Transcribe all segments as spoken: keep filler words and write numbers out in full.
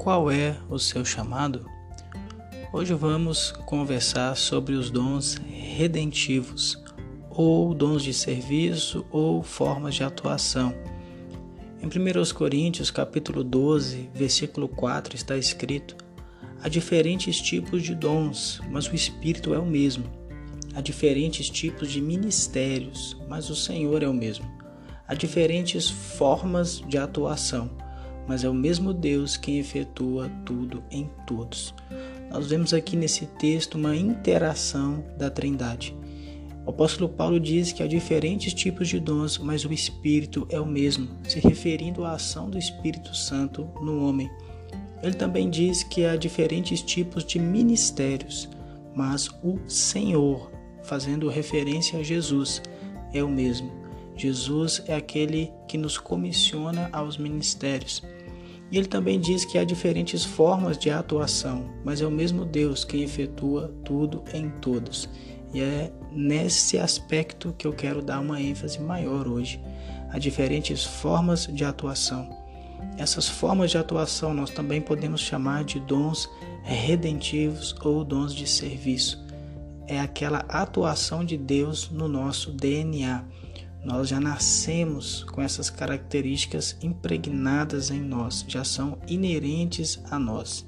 Qual é o seu chamado? Hoje vamos conversar sobre os dons redentivos, ou dons de serviço, ou formas de atuação. Em primeira Coríntios, capítulo doze, versículo quatro, está escrito: há diferentes tipos de dons, mas o Espírito é o mesmo. Há diferentes tipos de ministérios, mas o Senhor é o mesmo. Há diferentes formas de atuação, mas é o mesmo Deus quem efetua tudo em todos. Nós vemos aqui nesse texto uma interação da Trindade. O apóstolo Paulo diz que há diferentes tipos de dons, mas o Espírito é o mesmo, se referindo à ação do Espírito Santo no homem. Ele também diz que há diferentes tipos de ministérios, mas o Senhor, fazendo referência a Jesus, é o mesmo. Jesus é aquele que nos comissiona aos ministérios. E ele também diz que há diferentes formas de atuação, mas é o mesmo Deus quem efetua tudo em todos. E é nesse aspecto que eu quero dar uma ênfase maior hoje. Há diferentes formas de atuação. Essas formas de atuação nós também podemos chamar de dons redentivos ou dons de serviço. É aquela atuação de Deus no nosso D N A. Nós já nascemos com essas características impregnadas em nós, já são inerentes a nós.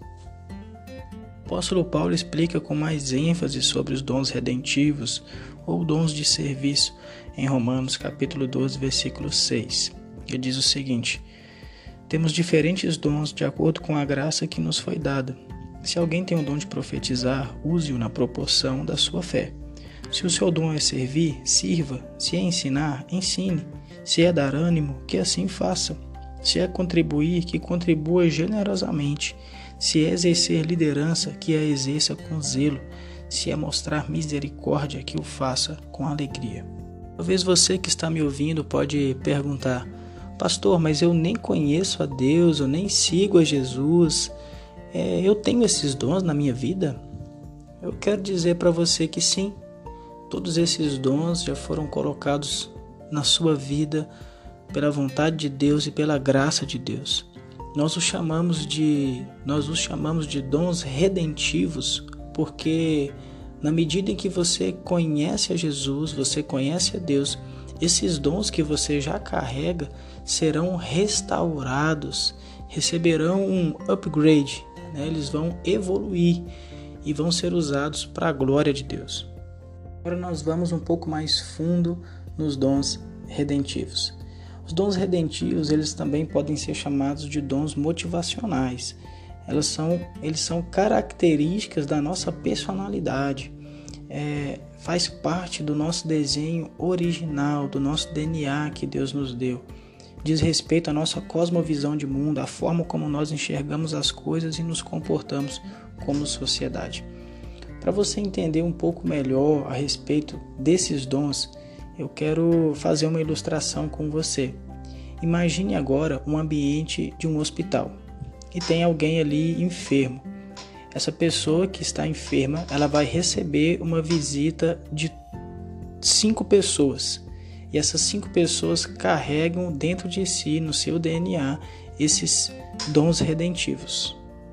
O apóstolo Paulo explica com mais ênfase sobre os dons redentivos ou dons de serviço em Romanos capítulo doze, versículo seis. Ele diz o seguinte: temos diferentes dons de acordo com a graça que nos foi dada. Se alguém tem o dom de profetizar, use-o na proporção da sua fé. Se o seu dom é servir, sirva. Se é ensinar, ensine. Se é dar ânimo, que assim faça. Se é contribuir, que contribua generosamente. Se é exercer liderança, que a exerça com zelo. Se é mostrar misericórdia, que o faça com alegria. Talvez você que está me ouvindo pode perguntar: pastor, mas eu nem conheço a Deus, eu nem sigo a Jesus. É, eu tenho esses dons na minha vida? Eu quero dizer para você que sim. Todos esses dons já foram colocados na sua vida pela vontade de Deus e pela graça de Deus. Nós os chamamos de, nós os chamamos de dons redentivos, porque na medida em que você conhece a Jesus, você conhece a Deus, esses dons que você já carrega serão restaurados, receberão um upgrade, né? Eles vão evoluir e vão ser usados para a glória de Deus. Agora nós vamos um pouco mais fundo nos dons redentivos. Os dons redentivos, eles também podem ser chamados de dons motivacionais. Elas são, eles são características da nossa personalidade. É, faz parte do nosso desenho original, do nosso D N A que Deus nos deu. Diz respeito à nossa cosmovisão de mundo, à forma como nós enxergamos as coisas e nos comportamos como sociedade. Para você entender um pouco melhor a respeito desses dons, eu quero fazer uma ilustração com você. Imagine agora um ambiente de um hospital e tem alguém ali enfermo. Essa pessoa que está enferma, ela vai receber uma visita de cinco pessoas. E essas cinco pessoas carregam dentro de si, no seu D N A, esses dons redentivos.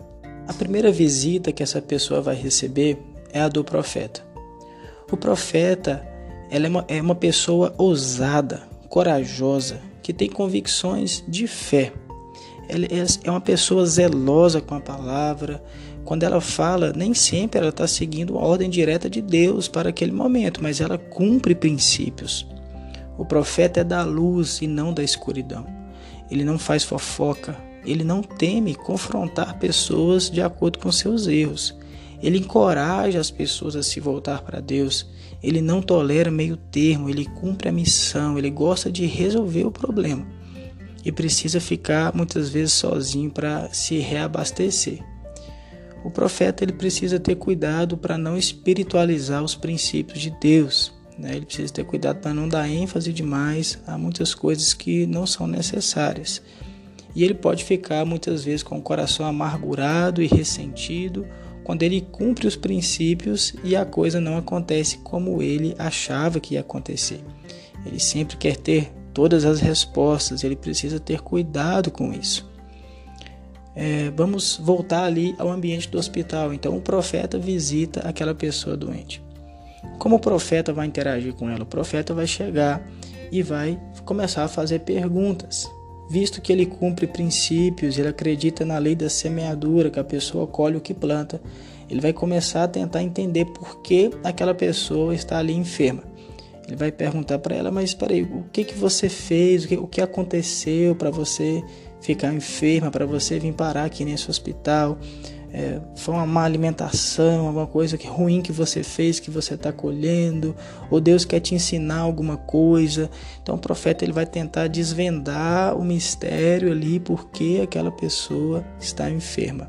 A primeira visita que essa pessoa vai receber é a do profeta. O profeta ela é, uma, é uma pessoa ousada, corajosa, que tem convicções de fé. Ela é uma pessoa zelosa com a palavra. Quando ela fala, nem sempre ela está seguindo a ordem direta de Deus para aquele momento, mas ela cumpre princípios. O profeta é da luz e não da escuridão. Ele não faz fofoca. Ele não teme confrontar pessoas de acordo com seus erros. Ele encoraja as pessoas a se voltar para Deus. Ele não tolera meio termo, ele cumpre a missão, ele gosta de resolver o problema. E precisa ficar muitas vezes sozinho para se reabastecer. O profeta ele precisa ter cuidado para não espiritualizar os princípios de Deus. Né? Ele precisa ter cuidado para não dar ênfase demais a muitas coisas que não são necessárias. E ele pode ficar muitas vezes com o coração amargurado e ressentido, quando ele cumpre os princípios e a coisa não acontece como ele achava que ia acontecer. Ele sempre quer ter todas as respostas, ele precisa ter cuidado com isso. É, vamos voltar ali ao ambiente do hospital. Então o profeta visita aquela pessoa doente. Como o profeta vai interagir com ela? O profeta vai chegar e vai começar a fazer perguntas. Visto que ele cumpre princípios, ele acredita na lei da semeadura, que a pessoa colhe o que planta, ele vai começar a tentar entender por que aquela pessoa está ali enferma. Ele vai perguntar para ela, mas espera aí, o que, que você fez, o que, o que aconteceu para você ficar enferma, para você vir parar aqui nesse hospital? É, foi uma má alimentação, alguma coisa que, ruim que você fez, que você está colhendo, ou Deus quer te ensinar alguma coisa. Então o profeta ele vai tentar desvendar o mistério ali, porque aquela pessoa está enferma.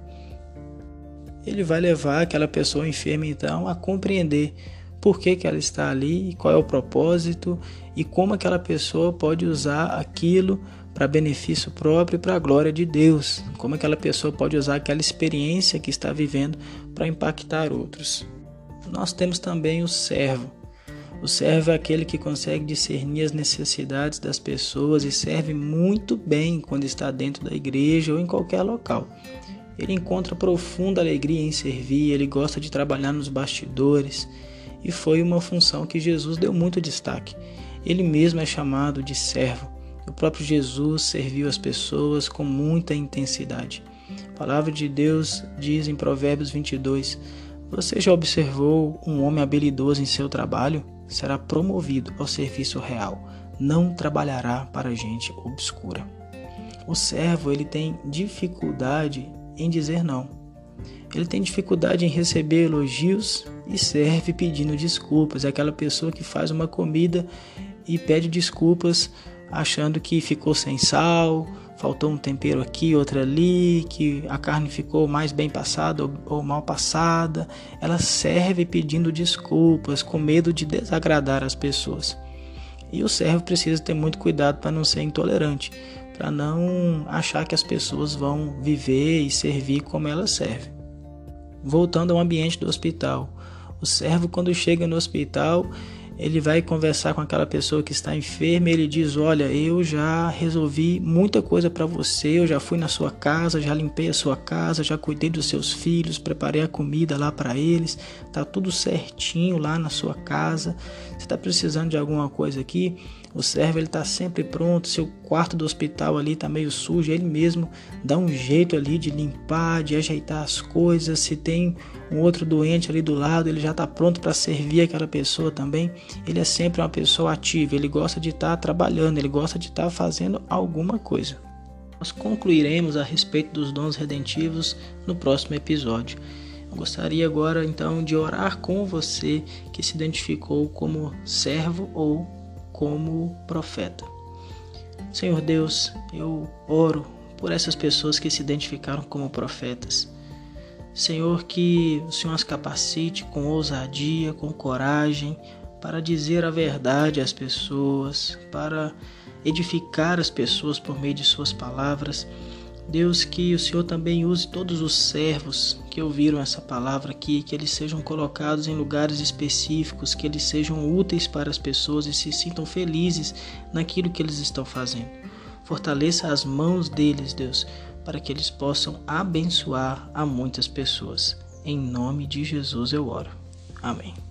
Ele vai levar aquela pessoa enferma então a compreender por que, que ela está ali, qual é o propósito e como aquela pessoa pode usar aquilo para benefício próprio e para a glória de Deus. Como aquela pessoa pode usar aquela experiência que está vivendo para impactar outros. Nós temos também o servo. O servo é aquele que consegue discernir as necessidades das pessoas e serve muito bem quando está dentro da igreja ou em qualquer local. Ele encontra profunda alegria em servir, ele gosta de trabalhar nos bastidores e foi uma função que Jesus deu muito destaque. Ele mesmo é chamado de servo. O próprio Jesus serviu as pessoas com muita intensidade. A palavra de Deus diz em Provérbios vinte e dois: você já observou um homem habilidoso em seu trabalho? Será promovido ao serviço real. Não trabalhará para gente obscura. O servo ele tem dificuldade em dizer não. Ele tem dificuldade em receber elogios e serve pedindo desculpas. É aquela pessoa que faz uma comida e pede desculpas achando que ficou sem sal, faltou um tempero aqui, outro ali, que a carne ficou mais bem passada ou, ou mal passada. Ela serve pedindo desculpas, com medo de desagradar as pessoas. E o servo precisa ter muito cuidado para não ser intolerante, para não achar que as pessoas vão viver e servir como ela serve. Voltando ao ambiente do hospital, o servo quando chega no hospital, ele vai conversar com aquela pessoa que está enferma e ele diz: olha, eu já resolvi muita coisa para você, eu já fui na sua casa, já limpei a sua casa, já cuidei dos seus filhos, preparei a comida lá para eles, tá tudo certinho lá na sua casa. Você está precisando de alguma coisa aqui? O servo ele está sempre pronto. Seu quarto do hospital ali está meio sujo, ele mesmo dá um jeito ali de limpar, de ajeitar as coisas. Se tem um outro doente ali do lado, ele já está pronto para servir aquela pessoa também. Ele é sempre uma pessoa ativa, ele gosta de estar trabalhando, ele gosta de estar fazendo alguma coisa. Nós concluiremos a respeito dos dons redentivos no próximo episódio. Eu gostaria agora então de orar com você que se identificou como servo ou como profeta. Senhor Deus, eu oro por essas pessoas que se identificaram como profetas. Senhor, que o Senhor as capacite com ousadia, com coragem, para dizer a verdade às pessoas, para edificar as pessoas por meio de suas palavras. Deus, que o Senhor também use todos os servos que ouviram essa palavra aqui, que eles sejam colocados em lugares específicos, que eles sejam úteis para as pessoas e se sintam felizes naquilo que eles estão fazendo. Fortaleça as mãos deles, Deus, para que eles possam abençoar a muitas pessoas. Em nome de Jesus eu oro. Amém.